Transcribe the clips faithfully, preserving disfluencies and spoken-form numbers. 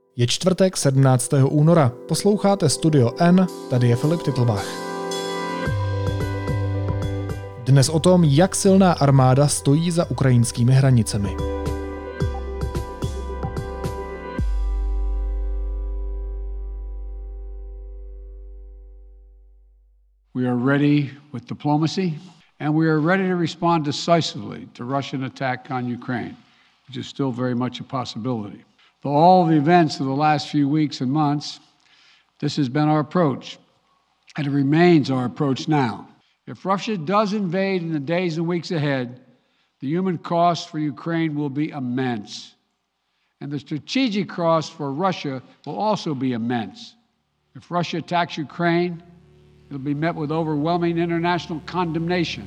Je čtvrtek sedmnáctého února. Posloucháte Studio N, tady je Filip Titlbach. Dnes o tom, jak silná armáda stojí za ukrajinskými hranicemi. We are ready with diplomacy, and we are ready to respond decisively to Russian attack on Ukraine, which is still very much a possibility. For all the events of the last few weeks and months, this has been our approach, and it remains our approach now. If Russia does invade in the days and weeks ahead, the human cost for Ukraine will be immense, and the strategic cost for Russia will also be immense. If Russia attacks Ukraine, it'll be met with overwhelming international condemnation.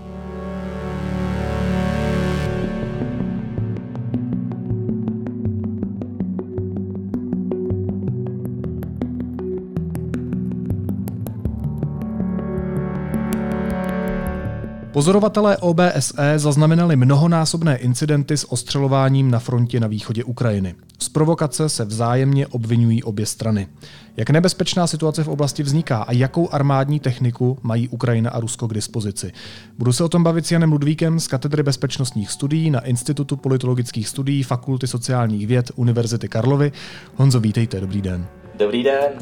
Pozorovatelé O B S E zaznamenali mnohonásobné incidenty s ostřelováním na frontě na východě Ukrajiny. Z provokace se vzájemně obvinují obě strany. Jak nebezpečná situace v oblasti vzniká a jakou armádní techniku mají Ukrajina a Rusko k dispozici? Budu se o tom bavit s Janem Ludvíkem z katedry bezpečnostních studií na Institutu politologických studií Fakulty sociálních věd Univerzity Karlovy. Honzo, vítejte, dobrý den. Dobrý den.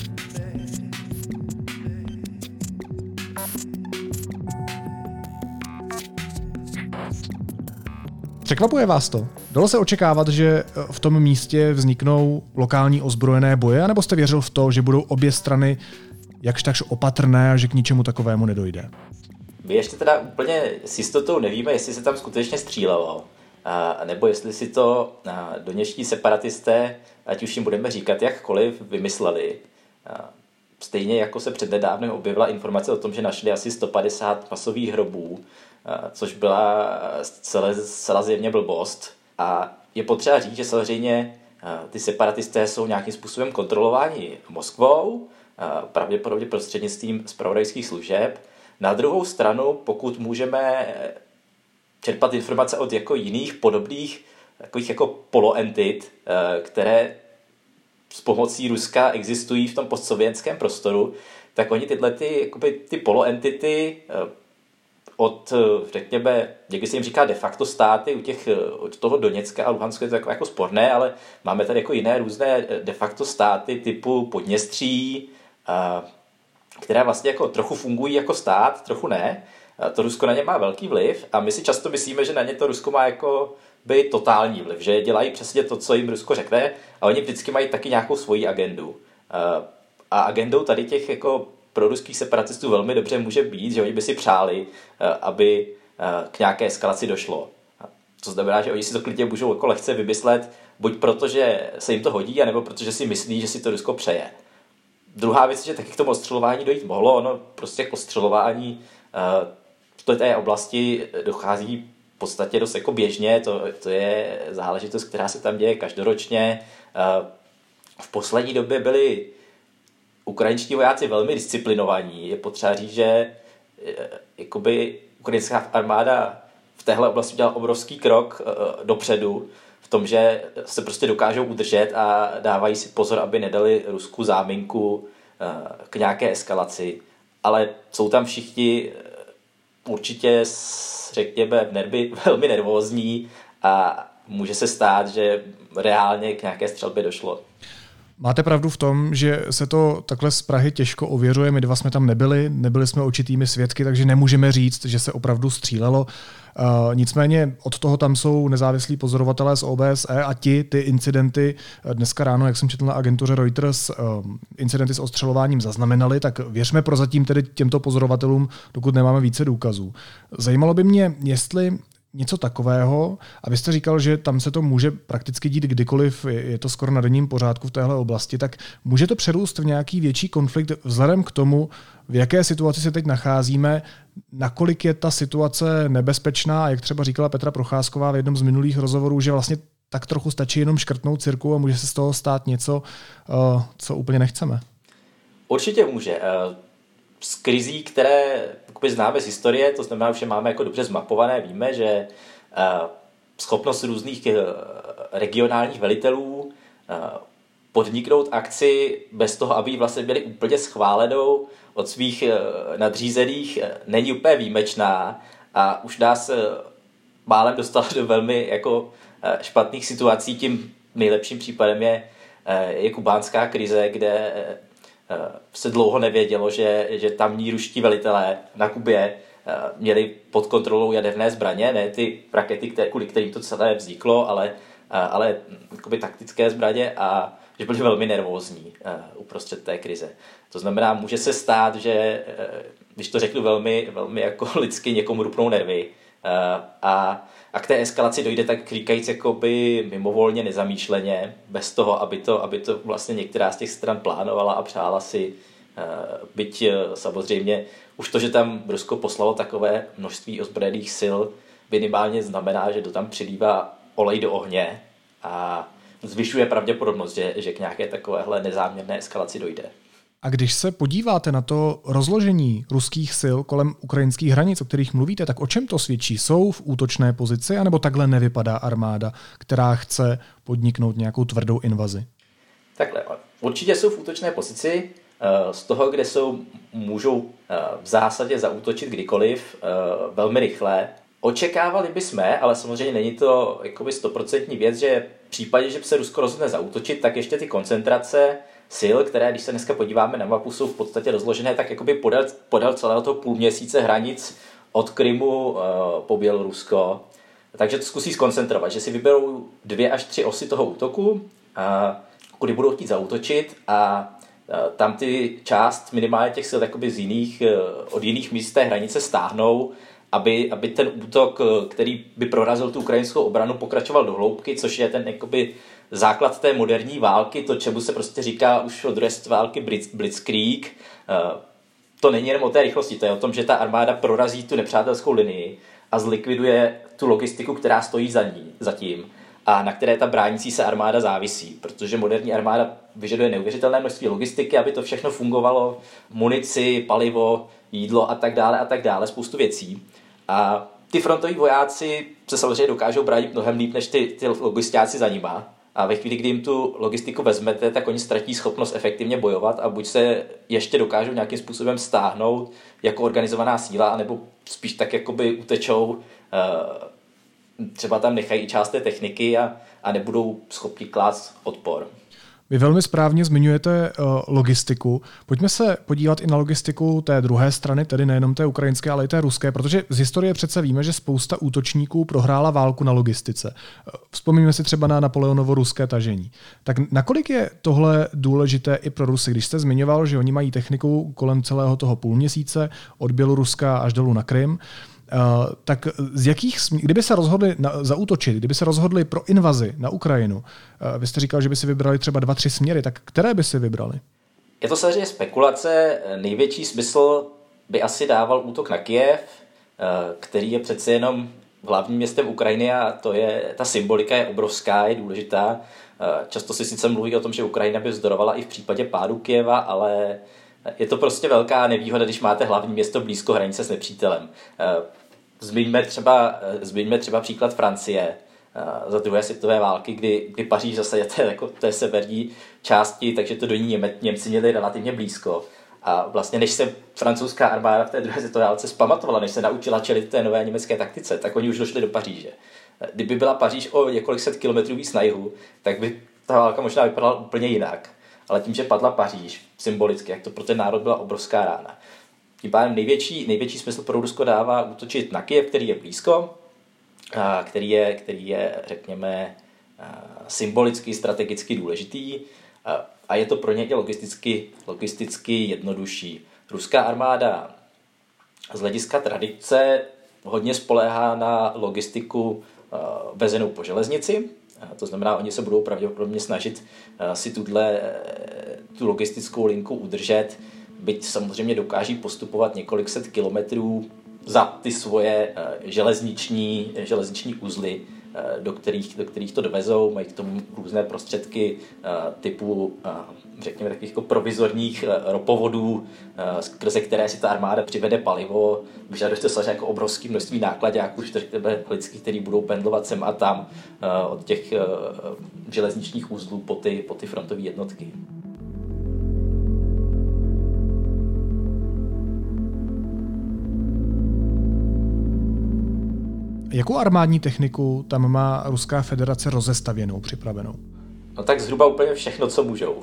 Překvapuje vás to? Dalo se očekávat, že v tom místě vzniknou lokální ozbrojené boje, anebo jste věřil v to, že budou obě strany jakž takž opatrné a že k ničemu takovému nedojde? My ještě teda úplně s jistotou nevíme, jestli se tam skutečně střílelo, a nebo jestli si to doněští separatisté, ať už jim budeme říkat jakkoliv, vymysleli. A stejně jako se přednedávnem objevila informace o tom, že našli asi sto padesát masových hrobů, což byla celé, celá zjevně blbost. A je potřeba říct, že samozřejmě ty separatisté jsou nějakým způsobem kontrolováni Moskvou, pravděpodobně prostřednictvím zpravodajských služeb. Na druhou stranu, pokud můžeme čerpat informace od jako jiných podobných takových jako poloentit, které s pomocí Ruska existují v tom postsovětském prostoru, tak oni tyhle ty, jakoby, ty poloentity od, řekněme, někdy se jim říká de facto státy, u těch, od toho Doněcka a Luhanska je to jako, jako sporné, ale máme tady jako jiné různé de facto státy typu Podněstří, které vlastně jako trochu fungují jako stát, trochu ne. To Rusko na ně má velký vliv a my si často myslíme, že na ně to Rusko má jako by totální vliv, že dělají přesně to, co jim Rusko řekne a oni vždycky mají taky nějakou svoji agendu. A agendou tady těch jako proruských separatistů velmi dobře může být, že oni by si přáli, aby k nějaké eskalaci došlo. To znamená, že oni si to klidně můžou jako lehce vymyslet, buď protože se jim to hodí, anebo protože si myslí, že si to Rusko přeje. Druhá věc, že taky k tomu ostřelování dojít mohlo, ono prostě k ostřelování v té oblasti dochází v podstatě dost jako běžně, to, to je záležitost, která se tam děje každoročně. V poslední době byli ukrajinští vojáci velmi disciplinovaní. Je potřeba říct, že jakoby ukrajinská armáda v téhle oblasti udělala obrovský krok dopředu v tom, že se prostě dokážou udržet a dávají si pozor, aby nedali Rusku záminku k nějaké eskalaci. Ale jsou tam všichni určitě, řekněme, nervy velmi nervózní a může se stát, že reálně k nějaké střelbě došlo. Máte pravdu v tom, že se to takhle z Prahy těžko ověřuje. My dva jsme tam nebyli, nebyli jsme očitými svědky, takže nemůžeme říct, že se opravdu střílelo. Uh, nicméně od toho tam jsou nezávislí pozorovatelé z O B S E a ti ty incidenty dneska ráno, jak jsem četl na agentuře Reuters, uh, incidenty s ostřelováním zaznamenali, tak věřme prozatím tedy těmto pozorovatelům, dokud nemáme více důkazů. Zajímalo by mě, jestli něco takového, a vy jste říkal, že tam se to může prakticky dít kdykoliv, je to skoro na denním pořádku v téhle oblasti, tak může to přerůst v nějaký větší konflikt vzhledem k tomu, v jaké situaci se teď nacházíme, nakolik je ta situace nebezpečná, a jak třeba říkala Petra Procházková v jednom z minulých rozhovorů, že vlastně tak trochu stačí jenom škrtnout cirku a může se z toho stát něco, co úplně nechceme. Určitě může. Z krizí, které známe z historie, to znamená, že máme jako dobře zmapované, víme, že schopnost různých regionálních velitelů podniknout akci bez toho, aby ji vlastně byli úplně schválenou od svých nadřízených, není úplně výjimečná a už nás málem dostala do velmi jako špatných situací. Tím nejlepším případem je, je kubánská krize, kde se dlouho nevědělo, že, že tamní ruští velitelé na Kubě měli pod kontrolou jaderné zbraně, ne ty rakety, které, kvůli kterým to celé vzniklo, ale, ale jakoby taktické zbraně a že byli velmi nervózní uprostřed té krize. To znamená, může se stát, že když to řeknu velmi, velmi jako lidsky, někomu rupnou nervy a, a k té eskalaci dojde tak říkajíc jakoby mimovolně, nezamýšleně, bez toho, aby to, aby to vlastně některá z těch stran plánovala a přála si, byť samozřejmě už to, že tam Rusko poslalo takové množství ozbrojených sil, minimálně znamená, že to tam přilívá olej do ohně a zvyšuje pravděpodobnost, že, že k nějaké takovéhle nezáměrné eskalaci dojde. A když se podíváte na to rozložení ruských sil kolem ukrajinských hranic, o kterých mluvíte, tak o čem to svědčí? Jsou v útočné pozici, anebo takhle nevypadá armáda, která chce podniknout nějakou tvrdou invazi? Takhle, určitě jsou v útočné pozici. Z toho, kde jsou, můžou v zásadě zaútočit kdykoliv, velmi rychle. Očekávali bychom, ale samozřejmě není to jakoby stoprocentní věc, že v případě, že se Rusko rozhodne zaútočit, tak ještě ty koncentrace sil, které, když se dneska podíváme na mapu, jsou v podstatě rozložené tak jakoby podél, podél celého toho půl měsíce hranic od Krymu uh, po Bělorusko. Takže to zkusí skoncentrovat, že si vyberou dvě až tři osy toho útoku, uh, kudy budou chtít zaútočit a uh, tam ty část minimálně těch sil jakoby z jiných, uh, od jiných míst té hranice stáhnou, aby, aby ten útok, který by prorazil tu ukrajinskou obranu, pokračoval do hloubky, což je ten jakoby základ té moderní války, to, čemu se prostě říká už od druhé války Blitzkrieg. To není jenom o té rychlosti, to je o tom, že ta armáda prorazí tu nepřátelskou linii a zlikviduje tu logistiku, která stojí za ní, za tím a na které ta bránící se armáda závisí, protože moderní armáda vyžaduje neuvěřitelné množství logistiky, aby to všechno fungovalo, munici, palivo, jídlo a tak dále a tak dále, spoustu věcí. A ty frontoví vojáci se samozřejmě dokážou bránit mnohem líp než ty, ty logistáci za nima. A ve chvíli, kdy jim tu logistiku vezmete, tak oni ztratí schopnost efektivně bojovat a buď se ještě dokážou nějakým způsobem stáhnout jako organizovaná síla, anebo spíš tak jakoby utečou, třeba tam nechají část té techniky a, a nebudou schopni klást odpor. Vy velmi správně zmiňujete uh, logistiku. Pojďme se podívat i na logistiku té druhé strany, tedy nejenom té ukrajinské, ale i té ruské, protože z historie přece víme, že spousta útočníků prohrála válku na logistice. Vzpomeňme si třeba na Napoleonovo ruské tažení. Tak nakolik je tohle důležité i pro Rusy? Když jste zmiňoval, že oni mají techniku kolem celého toho půlměsíce, od Běloruska až dolů na Krym, Uh, tak z jakých, kdyby se rozhodli na, zaútočit, kdyby se rozhodli pro invazi na Ukrajinu, uh, vy jste říkal, že by si vybrali třeba dva, tři směry, tak které by si vybrali? Je to samozřejmě spekulace. Největší smysl by asi dával útok na Kyjev, uh, který je přece jenom hlavním městem Ukrajiny a to je, ta symbolika je obrovská, je důležitá. Uh, často si sice mluví o tom, že Ukrajina by vzdorovala i v případě pádu Kyjeva, ale je to prostě velká nevýhoda, když máte hlavní město blízko hranice s nepřítelem. Zmiňme třeba, zmiňme třeba příklad Francie za druhé světové války, kdy, kdy Paříž zase je té, jako té severní části, takže to do ní Něme, Němci měli relativně blízko. A vlastně než se francouzská armáda v té druhé světové válce zpamatovala, než se naučila čelit té nové německé taktice, tak oni už došli do Paříže. Kdyby byla Paříž o několik set kilometrů víc na jihu, tak by ta válka možná vypadala úplně jinak. Ale tím, že padla Paříž symbolicky, jak to pro ten národ byla obrovská rána. Tím pádem největší, největší smysl pro Rusko dává útočit na Kyjev, který je blízko, a který je, který je, řekněme, symbolicky, strategicky důležitý a je to pro ně i logisticky, logisticky jednodušší. Ruská armáda z hlediska tradice hodně spoléhá na logistiku vezenou po železnici. To znamená, oni se budou pravděpodobně snažit si tuhle, tu logistickou linku udržet, byť samozřejmě dokáží postupovat několik set kilometrů za ty svoje železniční, železniční uzly do kterých, do kterých to dovezou, mají k tomu různé prostředky typu, řekněme, takových jako provizorních ropovodů, skrze které si ta armáda přivede palivo, vyžaduje to samozřejmě jako obrovské množství nákladáků, řekněme, lidských, který budou pendlovat sem a tam od těch železničních uzlů po ty, po ty frontové jednotky. Jakou armádní techniku tam má Ruská federace rozestavěnou, připravenou? No tak zhruba úplně všechno, co můžou.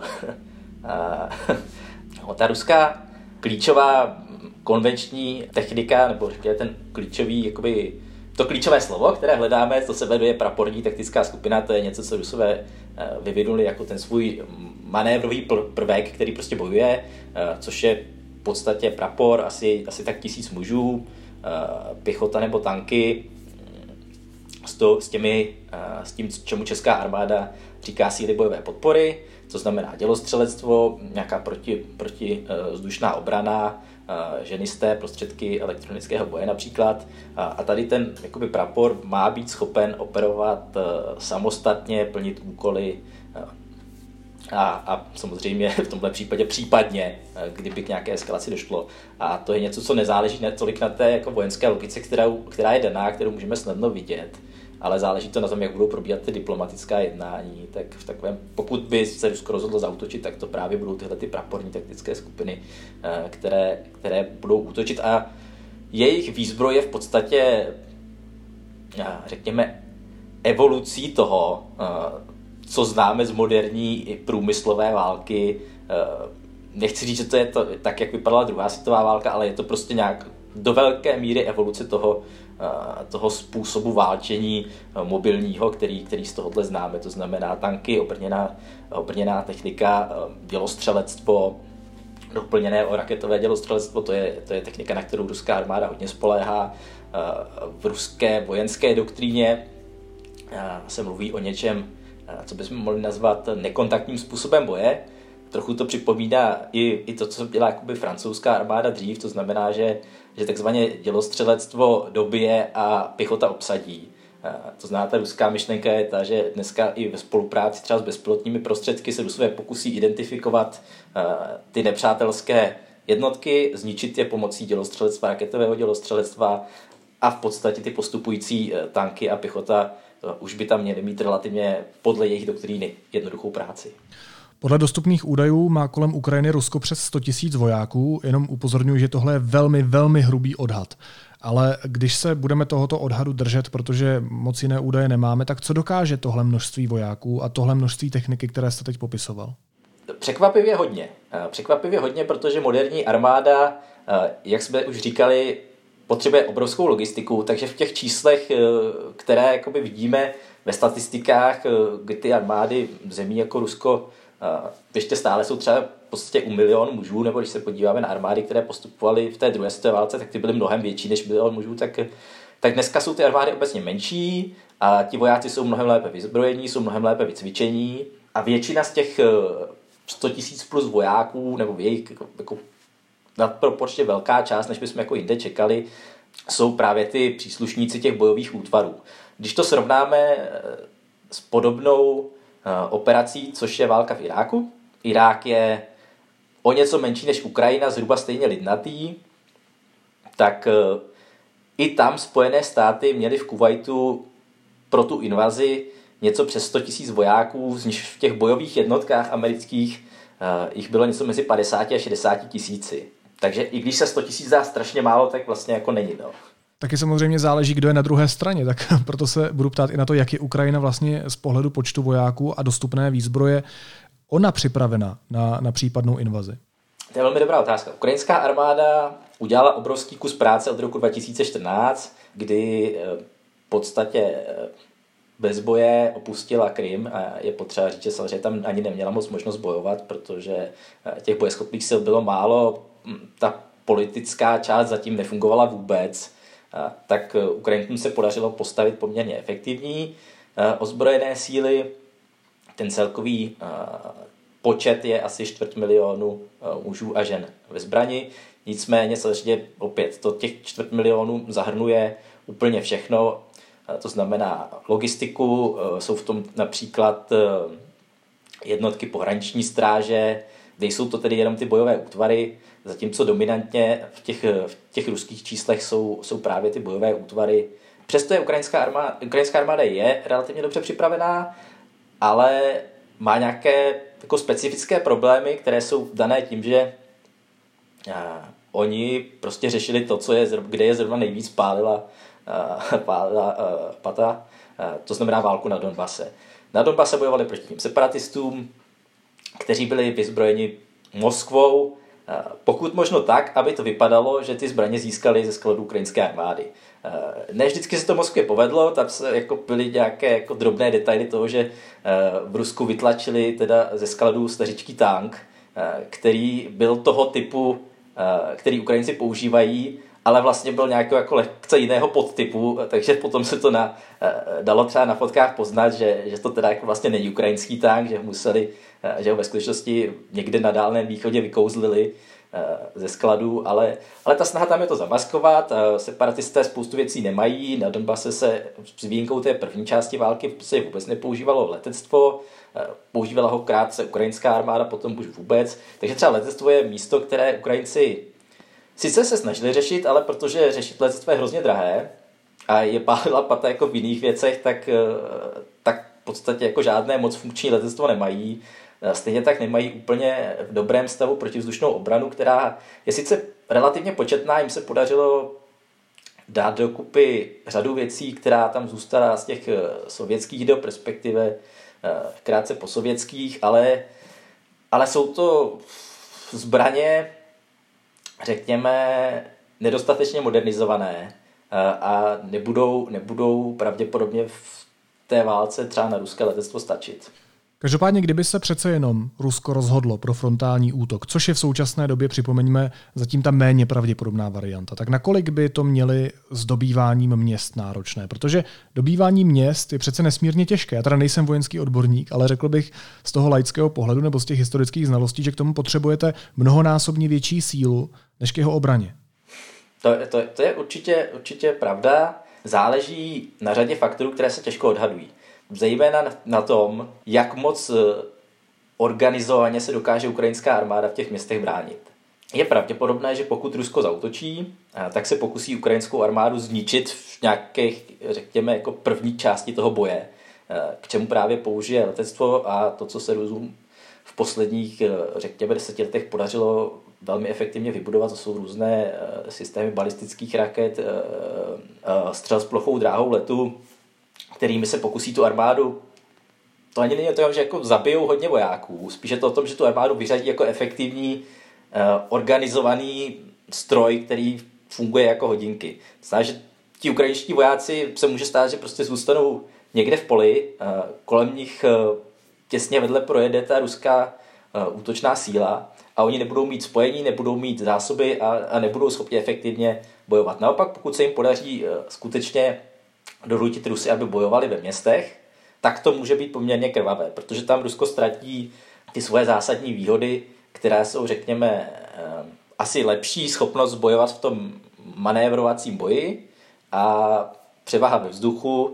no, ta ruská klíčová konvenční technika, nebo řekněme ten klíčový, jakoby, to klíčové slovo, které hledáme, to se jmenuje praporní taktická skupina, to je něco, co Rusové vyvinuli jako ten svůj manévrový prvek, který prostě bojuje, což je v podstatě prapor, asi, asi tak tisíc mužů, pěchota nebo tanky, S, to, s, těmi, s tím, čemu česká armáda říká síly bojové podpory, to znamená dělostřelectvo, nějaká proti, protivzdušná obrana, ženisté prostředky elektronického boje například. A tady ten jakoby, prapor má být schopen operovat samostatně, plnit úkoly a, a samozřejmě v tomhle případě případně, kdyby k nějaké eskalaci došlo. A to je něco, co nezáleží tolik na té jako vojenské logice, která, která je daná, kterou můžeme snadno vidět, ale záleží to na tom, jak budou probíhat ty diplomatická jednání. Tak v takovém, pokud by se Rusko rozhodlo zaútočit, tak to právě budou tyhle ty praporní taktické skupiny, které, které budou útočit. A jejich výzbroj je v podstatě, řekněme, evolucí toho, co známe z moderní průmyslové války. Nechci říct, že to je to, tak, jak vypadala druhá světová válka, ale je to prostě nějak do velké míry evoluce toho, toho způsobu válčení mobilního, který, který z tohohle známe. To znamená tanky, obrněná, obrněná technika, dělostřelectvo, doplněné o raketové dělostřelectvo, to je, to je technika, na kterou ruská armáda hodně spoléhá. V ruské vojenské doktríně se mluví o něčem, co bychom mohli nazvat nekontaktním způsobem boje. Trochu to připomíná i, i to, co dělá jakoby francouzská armáda dřív, to znamená, že, že takzvané dělostřelectvo dobije a pěchota obsadí. To znamená, ta ruská myšlenka je ta, že dneska i ve spolupráci třeba s bezpilotními prostředky se Rusové pokusí identifikovat ty nepřátelské jednotky, zničit je pomocí dělostřelectva, raketového dělostřelectva a v podstatě ty postupující tanky a pěchota už by tam měly mít relativně podle jejich doktríny jednoduchou práci. Podle dostupných údajů má kolem Ukrajiny Rusko přes sto tisíc vojáků, jenom upozorňuji, že tohle je velmi, velmi hrubý odhad. Ale když se budeme tohoto odhadu držet, protože moc jiné údaje nemáme, tak co dokáže tohle množství vojáků a tohle množství techniky, které jste teď popisoval? Překvapivě hodně. Překvapivě hodně, protože moderní armáda, jak jsme už říkali, potřebuje obrovskou logistiku, takže v těch číslech, které jakoby vidíme ve statistikách, kdy ty armády zemí jako Rusko ještě stále jsou třeba v podstatě u milion mužů, nebo když se podíváme na armády, které postupovaly v té druhé světové válce, tak ty byly mnohem větší než milion mužů, tak, tak dneska jsou ty armády obecně menší a ti vojáci jsou mnohem lépe vyzbrojení, jsou mnohem lépe vycvičení a většina z těch sto tisíc plus vojáků, nebo jejich jako, jako nadproporčně velká část, než bychom jako jinde čekali, jsou právě ty příslušníci těch bojových útvarů. Když to srovnáme s podobnou operací, což je válka v Iráku. Irák je o něco menší než Ukrajina, zhruba stejně lidnatý, tak i tam Spojené státy měly v Kuvajtu pro tu invazi něco přes sto tisíc vojáků, z nich v těch bojových jednotkách amerických jich bylo něco mezi padesát a šedesát tisíci. Takže i když se sto tisíc dá strašně málo, tak vlastně jako není. No. Taky samozřejmě záleží, kdo je na druhé straně, tak proto se budu ptát i na to, jak je Ukrajina vlastně z pohledu počtu vojáků a dostupné výzbroje ona připravena na, na případnou invazi. To je velmi dobrá otázka. Ukrajinská armáda udělala obrovský kus práce od roku dva tisíce čtrnáct, kdy v podstatě bez boje opustila Krym a je potřeba říct, že samozřejmě tam ani neměla moc možnost bojovat, protože těch bojeschopných sil bylo málo, ta politická část zatím nefungovala vůbec, tak Ukrajincům se podařilo postavit poměrně efektivní ozbrojené síly. Ten celkový počet je asi čtvrt milionu mužů a žen ve zbrani. Nicméně samozřejmě opět to těch čtvrt milionu zahrnuje úplně všechno. to znamená logistiku, jsou v tom například jednotky pohraniční stráže, nejsou to tedy jenom ty bojové útvary, zatímco dominantně v těch, v těch ruských číslech jsou, jsou právě ty bojové útvary. Přesto je ukrajinská armáda, ukrajinská armáda je relativně dobře připravená, ale má nějaké jako specifické problémy, které jsou dané tím, že a, oni prostě řešili to, co je, kde je zrovna nejvíc pálila, a, pálila a, pata, a, to znamená válku na Donbase. Na Donbase bojovali proti tím separatistům, kteří byli vyzbrojeni Moskvou, pokud možno tak, aby to vypadalo, že ty zbraně získali ze skladů ukrajinské armády. Ne vždycky se to Moskvě povedlo, tam se jako byly nějaké jako drobné detaily toho, že v Rusku vytlačili teda ze skladů stařičký tank, který byl toho typu, který Ukrajinci používají, ale vlastně byl nějakého jako lehce jiného podtypu, takže potom se to na, dalo třeba na fotkách poznat, že, že to teda jako vlastně není ukrajinský tank, že ho museli, že ho ve skutečnosti někde na Dálném východě vykouzlili ze skladů, ale, ale ta snaha tam je to zamaskovat, separatisté spoustu věcí nemají, na Donbase se s výjimkou té první části války se vůbec nepoužívalo letectvo, používala ho krátce ukrajinská armáda, potom už vůbec, takže třeba letectvo je místo, které Ukrajinci sice se snažili řešit, ale protože řešit letectvo je hrozně drahé a je pálila pata jako v jiných věcech, tak, tak v podstatě jako žádné moc funkční letectvo nemají. Stejně tak nemají úplně v dobrém stavu protivzdušnou obranu, která je sice relativně početná, jim se podařilo dát dokupy řadu věcí, která tam zůstala z těch sovětských dob, respektive krátce po sovětských, ale, ale jsou to zbraně, řekněme, nedostatečně modernizované a nebudou, nebudou pravděpodobně v té válce třeba na ruské letectvo stačit. Každopádně, kdyby se přece jenom Rusko rozhodlo pro frontální útok, což je v současné době, připomeňme, zatím ta méně pravděpodobná varianta, tak nakolik by to měli s dobýváním měst náročné? Protože dobývání měst je přece nesmírně těžké. Já teda nejsem vojenský odborník, ale řekl bych z toho laického pohledu nebo z těch historických znalostí, že k tomu potřebujete mnohonásobně větší sílu než k jeho obraně. To, to, to je určitě, určitě pravda. Záleží na řadě faktorů, které se těžko odhadují. Zejména na tom, jak moc organizovaně se dokáže ukrajinská armáda v těch městech bránit. Je pravděpodobné, že pokud Rusko zaútočí, tak se pokusí ukrajinskou armádu zničit v nějakých, řekněme, jako první části toho boje, k čemu právě použije letectvo a to, co se Rusům v posledních, řekněme, deseti letech podařilo velmi efektivně vybudovat, to jsou různé systémy balistických raket, střel s plochou dráhou letu, kterými se pokusí tu armádu, to ani není o tom, že jako zabijou hodně vojáků, spíš je to o tom, že tu armádu vyřadí jako efektivní, organizovaný stroj, který funguje jako hodinky. Znamená, že ti ukrajinští vojáci se může stát, že prostě zůstanou někde v poli, kolem nich těsně vedle projede ta ruská útočná síla a oni nebudou mít spojení, nebudou mít zásoby a, a nebudou schopni efektivně bojovat. Naopak, pokud se jim podaří skutečně donutit Rusy, aby bojovali ve městech, tak to může být poměrně krvavé, protože tam Rusko ztratí ty svoje zásadní výhody, které jsou, řekněme, asi lepší schopnost bojovat v tom manévrovacím boji a převaha ve vzduchu,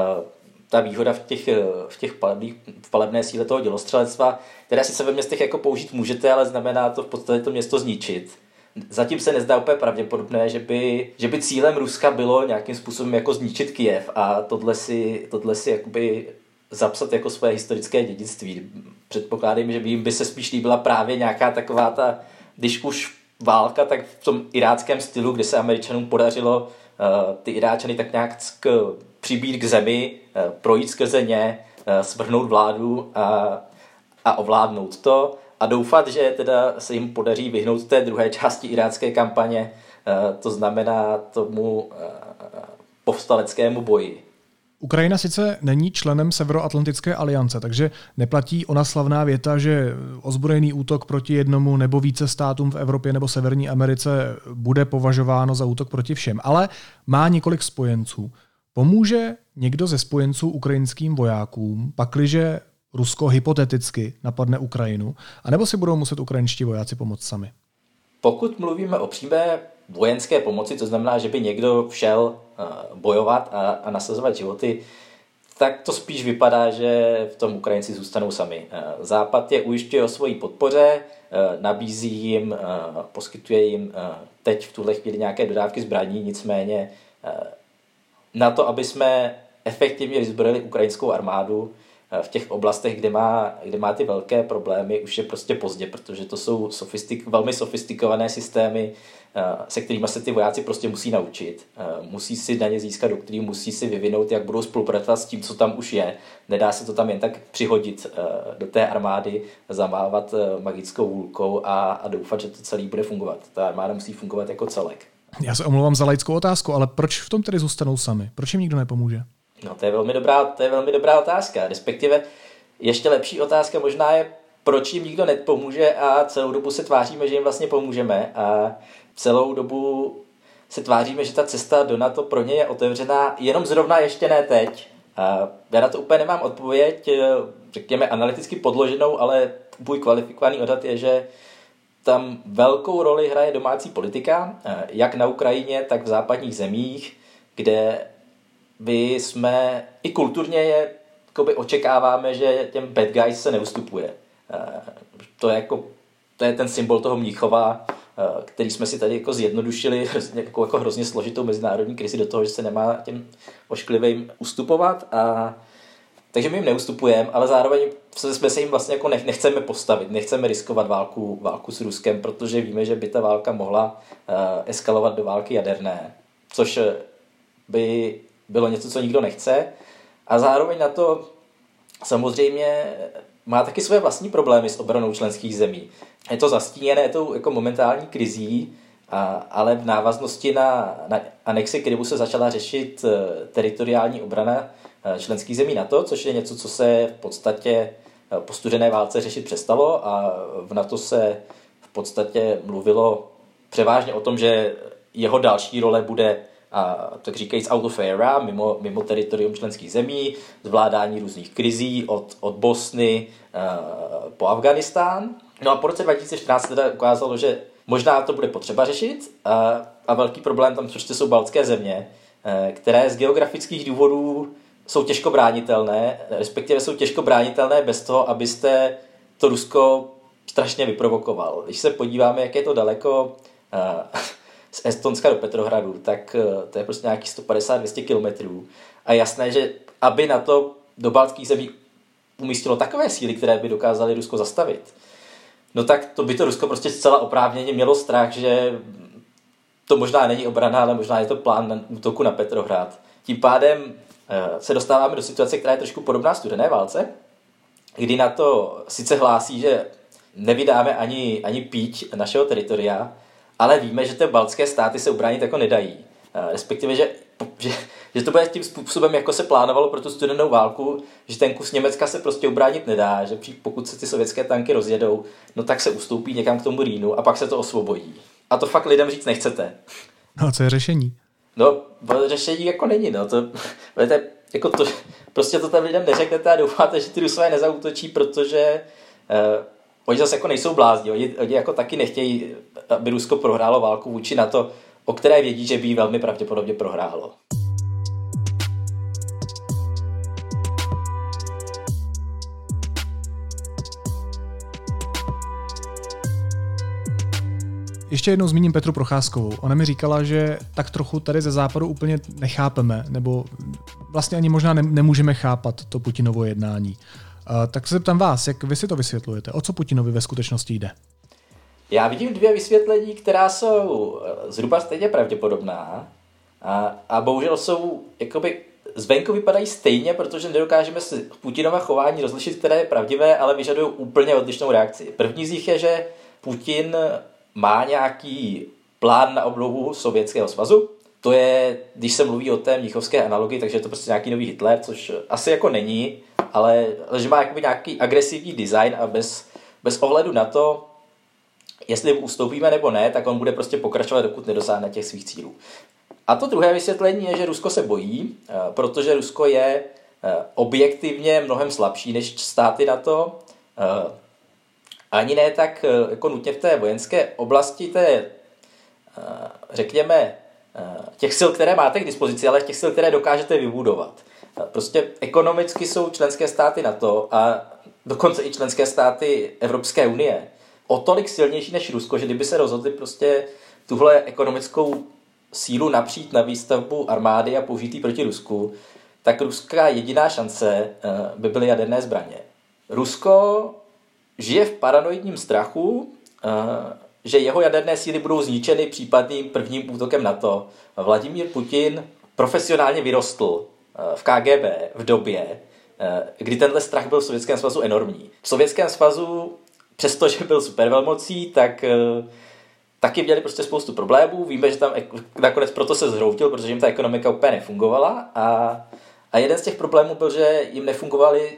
ta výhoda v těch, v těch palebných, v palebné síle toho dělostřelectva, které sice ve městech jako použít můžete, ale znamená to v podstatě to město zničit. Zatím se nezdá úplně pravděpodobné, že by, že by cílem Ruska bylo nějakým způsobem jako zničit Kyjev a tohle si, tohle si jakoby zapsat jako své historické dědictví. Předpokládám, že by jim by se spíš líbila právě nějaká taková ta, když už válka, tak v tom iráckém stylu, kde se Američanům podařilo uh, ty Iráčany tak nějak k, přibít k zemi, uh, projít skrze ně, uh, svrhnout vládu a, a ovládnout to. A doufat, že teda se jim podaří vyhnout té druhé části irácké kampaně, to znamená tomu povstaleckému boji. Ukrajina sice není členem Severoatlantické aliance, takže neplatí ona slavná věta, že ozbrojený útok proti jednomu nebo více státům v Evropě nebo Severní Americe bude považováno za útok proti všem, ale má několik spojenců. Pomůže někdo ze spojenců ukrajinským vojákům, pakliže Rusko hypoteticky napadne Ukrajinu, anebo si budou muset ukrajinští vojáci pomoct sami? Pokud mluvíme o přímé vojenské pomoci, to znamená, že by někdo šel bojovat a, a nasazovat životy, tak to spíš vypadá, že v tom Ukrajinci zůstanou sami. Západ je ujišťuje o svojí podpoře, nabízí jim, poskytuje jim teď v tuhle chvíli nějaké dodávky zbraní, nicméně na to, aby jsme efektivně vyzbrojili ukrajinskou armádu v těch oblastech, kde má, kde má ty velké problémy, už je prostě pozdě, protože to jsou sofistik, velmi sofistikované systémy, se kterými se ty vojáci prostě musí naučit. Musí si na ně získat doktrínu, musí si vyvinout, jak budou spolupracovat s tím, co tam už je. Nedá se to tam jen tak přihodit do té armády, zamávat magickou hůlkou a, a doufat, že to celý bude fungovat. Ta armáda musí fungovat jako celek. Já se omlouvám za laickou otázku, ale proč v tom tedy zůstanou sami? Proč jim nikdo nepomůže? No, to je velmi dobrá, to je velmi dobrá otázka. Respektive ještě lepší otázka možná je, proč jim nikdo nepomůže a celou dobu se tváříme, že jim vlastně pomůžeme a celou dobu se tváříme, že ta cesta do NATO pro ně je otevřená, jenom zrovna ještě ne teď. A já na to úplně nemám odpověď, řekněme analyticky podloženou, ale můj kvalifikovaný odhad je, že tam velkou roli hraje domácí politika, jak na Ukrajině, tak v západních zemích, kde by jsme i kulturně je, jakoby očekáváme, že těm bad guys se neustupuje. To je, jako, to je ten symbol toho Mnichova, který jsme si tady jako zjednodušili hrozně, jako, jako hrozně složitou mezinárodní krizi do toho, že se nemá těm ošklivým ustupovat. A, takže my jim neustupujeme, ale zároveň jsme se jim vlastně jako nech, nechceme postavit, nechceme riskovat válku, válku s Ruskem, protože víme, že by ta válka mohla uh, eskalovat do války jaderné, což by bylo něco, co nikdo nechce. A zároveň na to samozřejmě má taky své vlastní problémy s obranou členských zemí. Je to zastíněné tou jako momentální krizí, a, ale v návaznosti na, na anexi Krymu se začala řešit teritoriální obrana členských zemí NATO, což je něco, co se v podstatě po studené válce řešit přestalo a v NATO se v podstatě mluvilo převážně o tom, že jeho další role bude a tak říkajíc out of area, mimo, mimo teritorium členských zemí, zvládání různých krizí od, od Bosny uh, po Afganistán. No a po roce dva tisíce čtrnáct teda ukázalo, že možná to bude potřeba řešit a, a velký problém tam prostě jsou baltské země, uh, které z geografických důvodů jsou těžko bránitelné, respektive jsou těžko bránitelné bez toho, abyste to Rusko strašně vyprovokoval. Když se podíváme, jak je to daleko uh, z Estonska do Petrohradu, tak to je prostě nějakých sto padesát až dvě stě kilometrů. A jasné, že aby na to do baltských zemí umístilo takové síly, které by dokázaly Rusko zastavit, no tak to by to Rusko prostě zcela oprávněně mělo strach, že to možná není obrana, ale možná je to plán na útoku na Petrohrad. Tím pádem se dostáváme do situace, která je trošku podobná studené válce, kdy na to sice hlásí, že nevydáme ani, ani píď našeho teritoria, ale víme, že ty baltské státy se ubránit jako nedají. Respektive, že, že, že to bude tím způsobem, jako se plánovalo pro tu studenou válku, že ten kus Německa se prostě ubránit nedá, že pokud se ty sovětské tanky rozjedou, no tak se ustoupí někam k tomu Rýnu a pak se to osvobodí. A to fakt lidem říct nechcete. No a co je řešení? No, řešení jako není, no. To, víte, jako to, prostě to tam lidem neřeknete a doufáte, že ty Rusové nezaútočí, protože eh, oni zase jako nejsou blázni, oni, oni jako taky nechtějí, aby Rusko prohrálo válku vůči NATO, o které vědí, že by ji velmi pravděpodobně prohrálo. Ještě jednou zmíním Petru Procházkovou. Ona mi říkala, že tak trochu tady ze západu úplně nechápeme, nebo vlastně ani možná ne- nemůžeme chápat to Putinovo jednání. Uh, tak se zeptám vás, jak vy si to vysvětlujete? O co Putinovi ve skutečnosti jde? Já vidím dvě vysvětlení, která jsou zhruba stejně pravděpodobná a, a bohužel jsou, jakoby zvenku vypadají stejně, protože nedokážeme si Putinova chování rozlišit, které je pravdivé, ale vyžadují úplně odlišnou reakci. První z nich je, že Putin má nějaký plán na obnovu Sovětského svazu. To je, když se mluví o té mnichovské analogii, takže je to prostě nějaký nový Hitler, což asi jako není, ale, ale že má jakoby nějaký agresivní design a bez, bez ohledu na to, jestli ustoupíme nebo ne, tak on bude prostě pokračovat, dokud nedosáhne těch svých cílů. A to druhé vysvětlení je, že Rusko se bojí, protože Rusko je objektivně mnohem slabší než státy NATO. Ani ne tak jako nutně v té vojenské oblasti té řekněme, těch sil, které máte k dispozici, ale těch sil, které dokážete vybudovat. Prostě ekonomicky jsou členské státy NATO a dokonce i členské státy Evropské unie o tolik silnější než Rusko, že kdyby se rozhodli prostě tuhle ekonomickou sílu napřít na výstavbu armády a použít ji proti Rusku, tak ruská jediná šance by byly jaderné zbraně. Rusko žije v paranoidním strachu, že jeho jaderné síly budou zničeny případným prvním útokem NATO. Vladimír Putin profesionálně vyrostl v K G B v době, kdy tenhle strach byl v Sovětském svazu enormní. V Sovětském svazu, přestože byl supervelmocí, tak taky měli prostě spoustu problémů. Víme, že tam nakonec proto se zhroutil, protože jim ta ekonomika úplně nefungovala. A, a jeden z těch problémů byl, že jim nefungovaly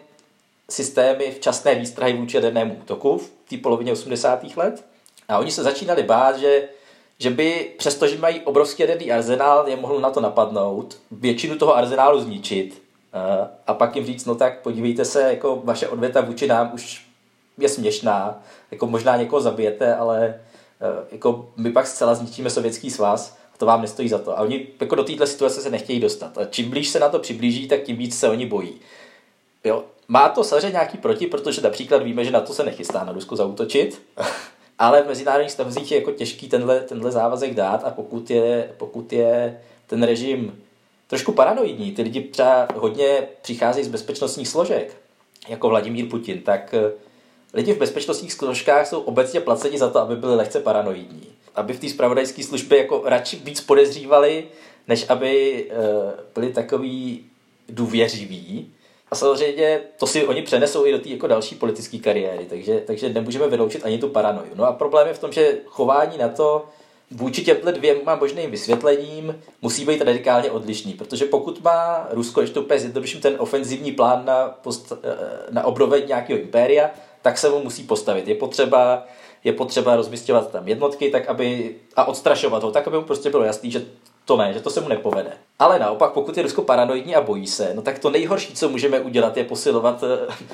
systémy včasné výstrahy vůči jadernému útoku v té polovině osmdesátých let. A oni se začínali bát, že, že by, přestože mají obrovský jaderný arzenál, je mohl na to napadnout, většinu toho arzenálu zničit a, a pak jim říct, no tak podívejte se, jako vaše odvěta vůči nám už je směšná, jako možná někoho zabijete, ale jako my pak zcela zničíme Sovětský svaz, to vám nestojí za to. A oni jako do této situace se nechtějí dostat. A čím blíž se na to přiblíží, tak tím víc se oni bojí. Jo. Má to samozřejmě nějaký proti, protože například víme, že na to se nechystá na Rusko zaútočit, ale v mezinárodních stavzích je jako těžký tenhle, tenhle závazek dát a pokud je, pokud je ten režim trošku paranoidní, ty lidi třeba hodně přicházejí z bezpečnostních složek, jako Vladimír Putin, tak lidi v bezpečnostních složkách jsou obecně placeni za to, aby byli lehce paranoidní. Aby v té zpravodajské službě jako radši víc podezřívali, než aby e, byli takový důvěřiví. A samozřejmě to si oni přenesou i do té jako další politické kariéry, takže, takže nemůžeme vyloučit ani tu paranoju. No a problém je v tom, že chování na to vůči těmhle dvěma možným vysvětlením musí být radikálně odlišný, protože pokud má Rusko, když to úplně zjednoduším, ten ofenzivní plán na, post, na obnovení nějakého impéria, tak se mu musí postavit. Je potřeba, je potřeba rozmisťovat tam jednotky tak aby, a odstrašovat ho, tak aby mu prostě bylo jasný, že to ne, že to se mu nepovede. Ale naopak, pokud je Rusko paranoidní a bojí se, no tak to nejhorší, co můžeme udělat, je posilovat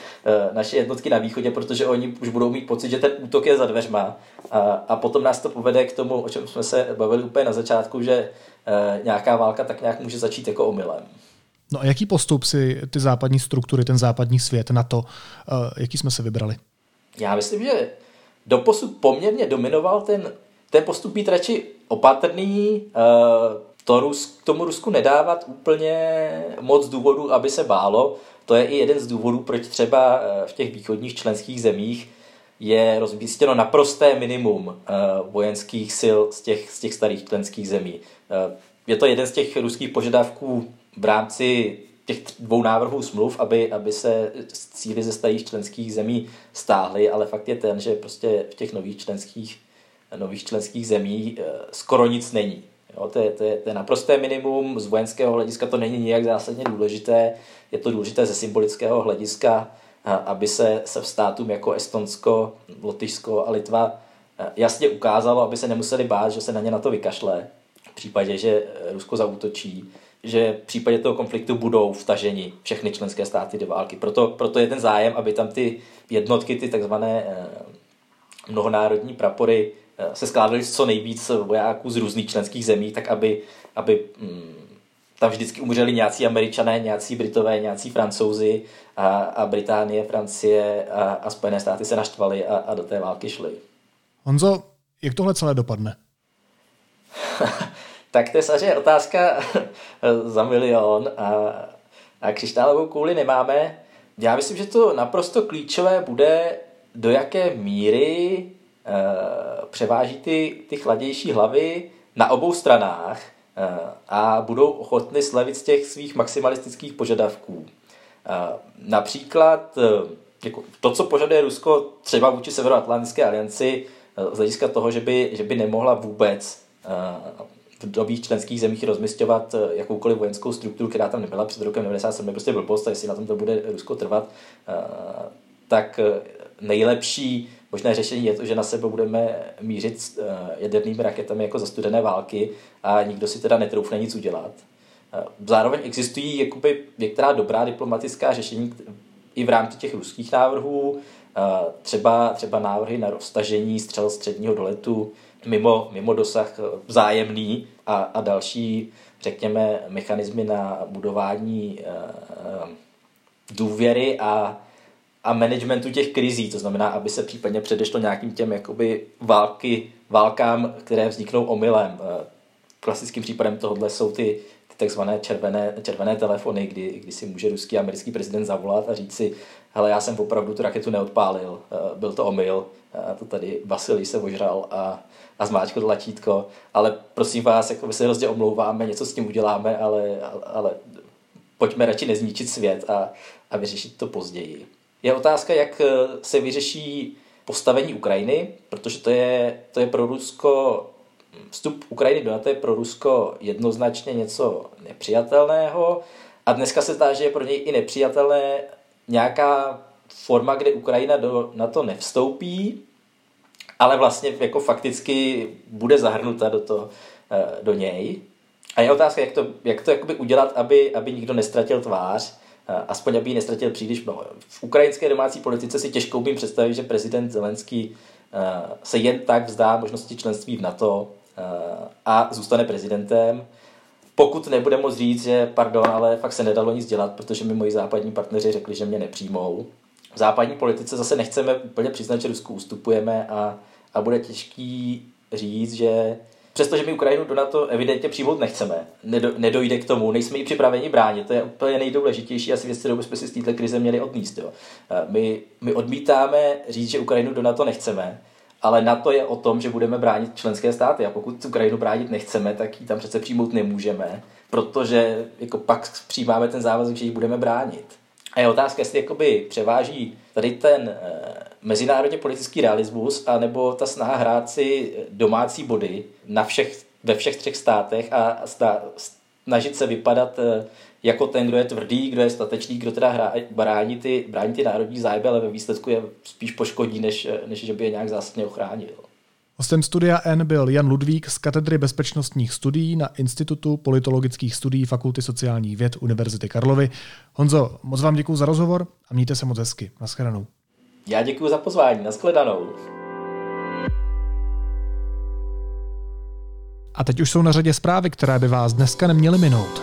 naše jednotky na východě, protože oni už budou mít pocit, že ten útok je za dveřma. A, a potom nás to povede k tomu, o čem jsme se bavili úplně na začátku, že nějaká válka tak nějak může začít jako omylem. No a jaký postup si ty západní struktury, ten západní svět na to, jaký jsme se vybrali? Já myslím, že doposud poměrně dominoval ten, ten postup být radši opatrný, to Rus, k tomu Rusku nedávat úplně moc důvodů, aby se bálo. To je i jeden z důvodů, proč třeba v těch východních členských zemích je rozmístěno naprosté minimum vojenských sil z těch, z těch starých členských zemí. Je to jeden z těch ruských požadavků v rámci těch dvou návrhů smluv, aby, aby se síly ze starých členských zemí stáhly, ale fakt je ten, že prostě v těch nových členských, nových členských zemí skoro nic není. Jo, to, je, to, je, to je naprosté minimum, z vojenského hlediska to není nijak zásadně důležité, je to důležité ze symbolického hlediska, aby se, se v státům jako Estonsko, Lotyšsko a Litva jasně ukázalo, aby se nemuseli bát, že se na ně na to vykašle v případě, že Rusko zaútočí, že v případě toho konfliktu budou vtaženi všechny členské státy do války. Proto, proto je ten zájem, aby tam ty jednotky, ty takzvané mnohonárodní prapory se skládaly co nejvíc vojáků z různých členských zemí, tak aby, aby mm, tam vždycky umřeli nějací Američané, nějací Britové, nějací Francouzi a, a Británie, Francie a, a Spojené státy se naštvali a, a do té války šli. Honzo, jak tohle celé dopadne? Tak to je samozřejmě otázka za milion a, a křišťálovou kouli nemáme. Já myslím, že to naprosto klíčové bude, do jaké míry e, převáží ty, ty chladější hlavy na obou stranách e, a budou ochotny slevit z těch svých maximalistických požadavků. E, například e, jako to, co požaduje Rusko třeba vůči Severoatlantické alianci e, z hlediska toho, že by, že by nemohla vůbec e, v nových členských zemích rozmisťovat jakoukoliv vojenskou strukturu, která tam nebyla před rokem devadesát sedm, je prostě blbost, a jestli na tom to bude Rusko trvat, tak nejlepší možné řešení je to, že na sebe budeme mířit jadernými raketami jako za studené války a nikdo si teda netroufne nic udělat. Zároveň existují jakoby některá dobrá diplomatická řešení i v rámci těch ruských návrhů. Třeba, třeba návrhy na roztažení střel středního doletu mimo, mimo dosah vzájemný a, a další, řekněme, mechanismy na budování uh, důvěry a, a managementu těch krizí, to znamená, aby se případně předešlo nějakým těm jakoby války, válkám, které vzniknou omylem. Uh, klasickým případem tohohle jsou ty, ty takzvané červené, červené telefony, kdy, kdy si může ruský a americký prezident zavolat a říct si, hele, já jsem opravdu tu raketu neodpálil, uh, byl to omyl, uh, to tady Vasilij se ožral a a zmáčkl tlačítko, ale prosím vás, jako my se hrozně omlouváme, něco s tím uděláme, ale, ale, ale pojďme radši nezničit svět a, a vyřešit to později. Je otázka, jak se vyřeší postavení Ukrajiny, protože to je, to je pro Rusko, vstup Ukrajiny do NATO je pro Rusko jednoznačně něco nepřijatelného a dneska se zdá, že je pro něj i nepřijatelné nějaká forma, kde Ukrajina do NATO nevstoupí, ale vlastně jako fakticky bude zahrnuta do, to, do něj. A je otázka, jak to, jak to jakoby udělat, aby, aby nikdo nestratil tvář, aspoň aby ji nestratil příliš mnoho. V ukrajinské domácí politice si těžko umím představit, že prezident Zelenský se jen tak vzdá možnosti členství v NATO a zůstane prezidentem, pokud nebude moct říct, že pardon, ale fakt se nedalo nic dělat, protože mi moji západní partneři řekli, že mě nepřijmou. V západní politice zase nechceme úplně přiznat, že Rusku ustupujeme a, a bude těžký říct, že přestože my Ukrajinu do NATO evidentně přijmout nechceme, nedo, nedojde k tomu, nejsme ji připraveni bránit, to je úplně nejdůležitější asi věc, kterou bychom si z této krize měli odníst. Jo. My, my odmítáme říct, že Ukrajinu do NATO nechceme, ale NATO je o tom, že budeme bránit členské státy a pokud Ukrajinu bránit nechceme, tak ji tam přece přijmout nemůžeme, protože jako pak přijímáme ten závazek, že ji budeme bránit. A je otázka, jestli jakoby převáží tady ten e, mezinárodně politický realismus anebo ta snaha hrát si domácí body na všech, ve všech třech státech a snažit se vypadat e, jako ten, kdo je tvrdý, kdo je statečný, kdo teda hrá, brání, ty, brání ty národní zájmy, ale ve výsledku je spíš poškodí, než, než že by je nějak zásadně ochránil. Hostem Studia N byl Jan Ludvík z katedry bezpečnostních studií na Institutu politologických studií Fakulty sociálních věd Univerzity Karlovy. Honzo, moc vám děkuji za rozhovor a mějte se moc hezky. Naschledanou. Já děkuji za pozvání. Naschledanou. A teď už jsou na řadě zprávy, které by vás dneska neměly minout.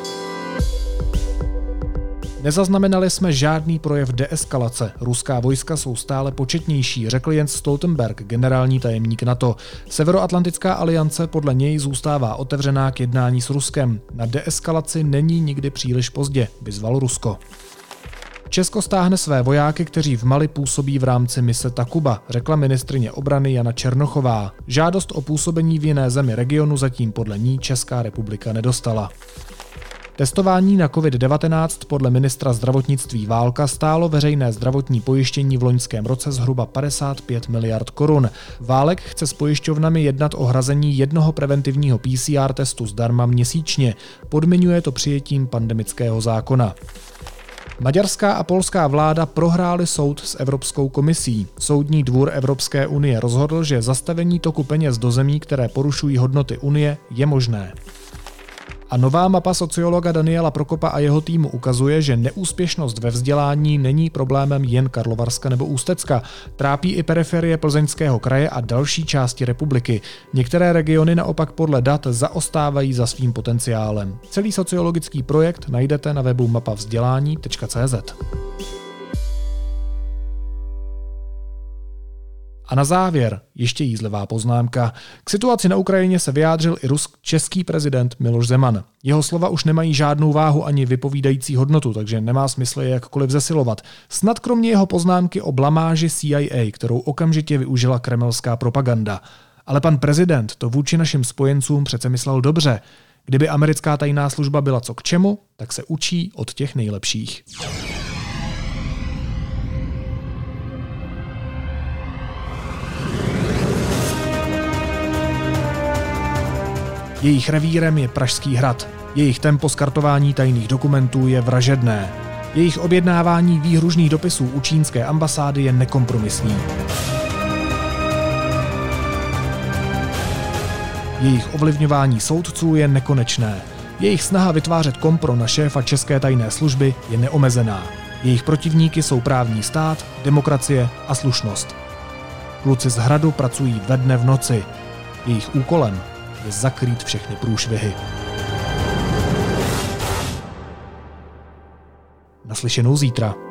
Nezaznamenali jsme žádný projev deeskalace. Ruská vojska jsou stále početnější, řekl Jens Stoltenberg, generální tajemník NATO. Severoatlantická aliance podle něj zůstává otevřená k jednání s Ruskem. Na deeskalaci není nikdy příliš pozdě, vyzval Rusko. Česko stáhne své vojáky, kteří v Mali působí v rámci mise Takuba, řekla ministryně obrany Jana Černochová. Žádost o působení v jiné zemi regionu zatím podle ní Česká republika nedostala. Testování na covid devatenáct podle ministra zdravotnictví Válka stálo veřejné zdravotní pojištění v loňském roce zhruba padesát pět miliard korun. Válek chce s pojišťovnami jednat o hrazení jednoho preventivního P C R testu zdarma měsíčně. Podmiňuje to přijetím pandemického zákona. Maďarská a polská vláda prohrály soud s Evropskou komisí. Soudní dvůr Evropské unie rozhodl, že zastavení toku peněz do zemí, které porušují hodnoty unie, je možné. A nová mapa sociologa Daniela Prokopa a jeho týmu ukazuje, že neúspěšnost ve vzdělání není problémem jen Karlovarska nebo Ústecka. Trápí i periferie Plzeňského kraje a další části republiky. Některé regiony naopak podle dat zaostávají za svým potenciálem. Celý sociologický projekt najdete na webu mapa vzdělání tečka cé zet. A na závěr ještě jízlivá poznámka. K situaci na Ukrajině se vyjádřil i ruský český prezident Miloš Zeman. Jeho slova už nemají žádnou váhu ani vypovídající hodnotu, takže nemá smysl je jakkoliv zesilovat. Snad kromě jeho poznámky o blamáži C I A, kterou okamžitě využila kremelská propaganda. Ale pan prezident to vůči našim spojencům přece myslel dobře. Kdyby americká tajná služba byla co k čemu, tak se učí od těch nejlepších. Jejich revírem je Pražský hrad. Jejich tempo skartování tajných dokumentů je vražedné. Jejich objednávání výhružných dopisů u čínské ambasády je nekompromisní. Jejich ovlivňování soudců je nekonečné. Jejich snaha vytvářet kompro na šéfa české tajné služby je neomezená. Jejich protivníky jsou právní stát, demokracie a slušnost. Kluci z Hradu pracují ve dne v noci. Jejich úkolem je zakrýt všechny průšvihy. Naslyšenou zítra.